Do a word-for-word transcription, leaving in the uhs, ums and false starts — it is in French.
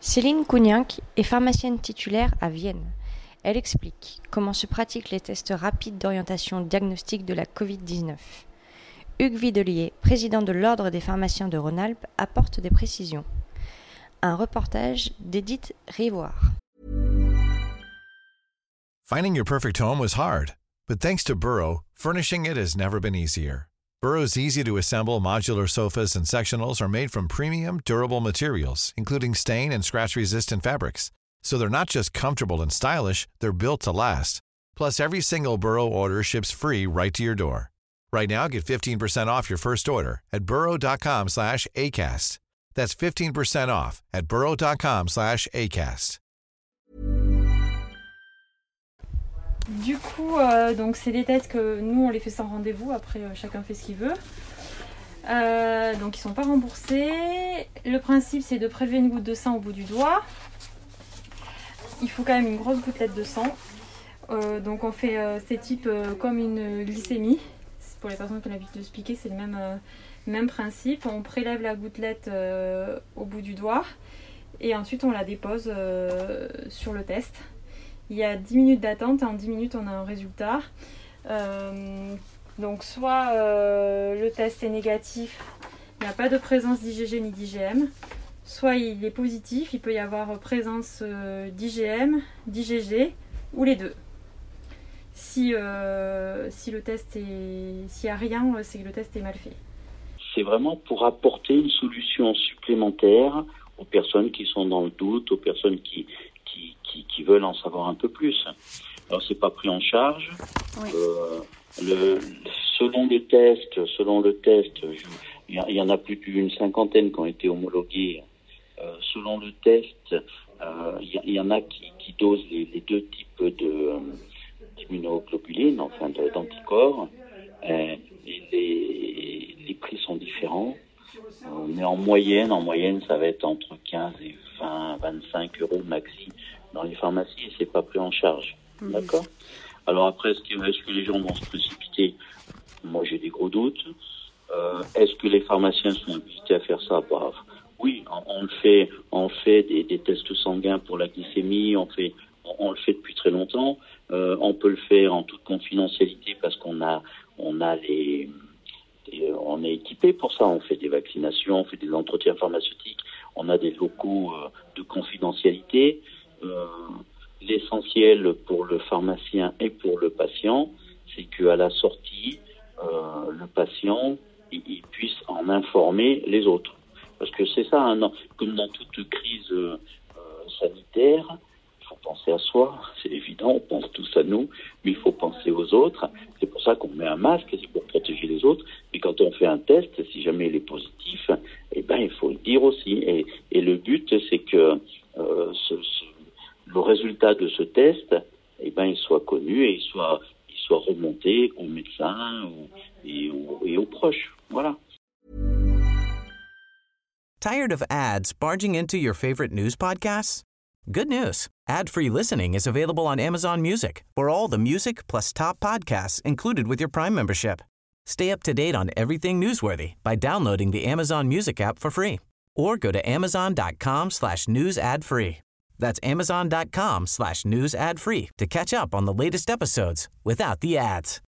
Céline Cougnac est pharmacienne titulaire à Vienne. Elle explique comment se pratiquent les tests rapides d'orientation diagnostique de la covid dix-neuf. Hugues Videlier, président de l'Ordre des pharmaciens de Rhône-Alpes, apporte des précisions. Un reportage d'Edith Rivoire. Finding your perfect home was hard, but thanks to Burrow, furnishing it has never been easier. Burrow's easy-to-assemble modular sofas and sectionals are made from premium, durable materials, including stain and scratch-resistant fabrics. So they're not just comfortable and stylish, they're built to last. Plus, every single Burrow order ships free right to your door. Right now, get fifteen percent off your first order at burrow.com slash ACAST. That's fifteen percent off at burrow.com slash ACAST. Du coup, euh, donc c'est des tests que nous on les fait sans rendez-vous, après euh, chacun fait ce qu'il veut. Euh, donc ils sont pas remboursés. Le principe c'est de prélever une goutte de sang au bout du doigt. Il faut quand même une grosse gouttelette de sang. Euh, donc on fait euh, ces types euh, comme une glycémie. Pour les personnes qui ont l'habitude de se piquer, c'est le même, euh, même principe. On prélève la gouttelette euh, au bout du doigt et ensuite on la dépose euh, sur le test. Il y a dix minutes d'attente et en dix minutes on a un résultat. Euh, donc soit euh, le test est négatif, il n'y a pas de présence d'I G G ni d'I G M, soit il est positif, il peut y avoir présence euh, d'I G M, d'I G G ou les deux. Si, euh, si le test est, s'il n'y a rien, c'est que le test est mal fait. C'est vraiment pour apporter une solution supplémentaire aux personnes qui sont dans le doute, aux personnes qui Qui, qui, qui veulent en savoir un peu plus. Alors c'est pas pris en charge. Oui. Euh, le, selon le test, selon le test, il y, y en a plus d'une cinquantaine qui ont été homologués. Euh, selon le test, euh, il y, y en a qui, qui dosent les, les deux types de euh, d'immunoglobulines, enfin de, d'anticorps. Euh, et les, les prix sont différents. Euh, mais en moyenne, en moyenne, ça va être entre quinze et vingt, vingt-cinq euros maxi dans les pharmacies et c'est pas pris en charge. Mmh. D'accord ? Alors après, est-ce que, est-ce que les gens vont se précipiter ? Moi, j'ai des gros doutes. Euh, est-ce que les pharmaciens sont habilités à faire ça ? Bah, oui, on, on le fait, on fait des, des tests sanguins pour la glycémie, on fait, on, on le fait depuis très longtemps. Euh, on peut le faire en toute confidentialité parce qu'on a, on a les Et on est équipé pour ça, on fait des vaccinations, on fait des entretiens pharmaceutiques, on a des locaux euh, de confidentialité. Euh, l'essentiel pour le pharmacien et pour le patient, c'est qu'à la sortie, euh, le patient il, il puisse en informer les autres. Parce que c'est ça, hein, comme dans toute crise euh, sanitaire, il faut penser à soi, c'est évident, on pense tous à nous, mais il faut penser aux autres. C'est pour ça qu'on met un masque, c'est pour protéger les autres. Mais quand on fait un test, si jamais il est positif, eh ben il faut le dire aussi. Et, et le but, c'est que euh, ce, ce, le résultat de ce test, eh ben il soit connu et il soit, il soit remonté aux médecins ou, et, aux, et aux proches. Voilà. Tired of ads barging into your favorite news podcasts? Good news. Ad-free listening is available on Amazon Music for all the music plus top podcasts included with your Prime membership. Stay up to date on everything newsworthy by downloading the Amazon Music app for free or go to amazon.com slash news ad free. That's amazon.com slash news ad free to catch up on the latest episodes without the ads.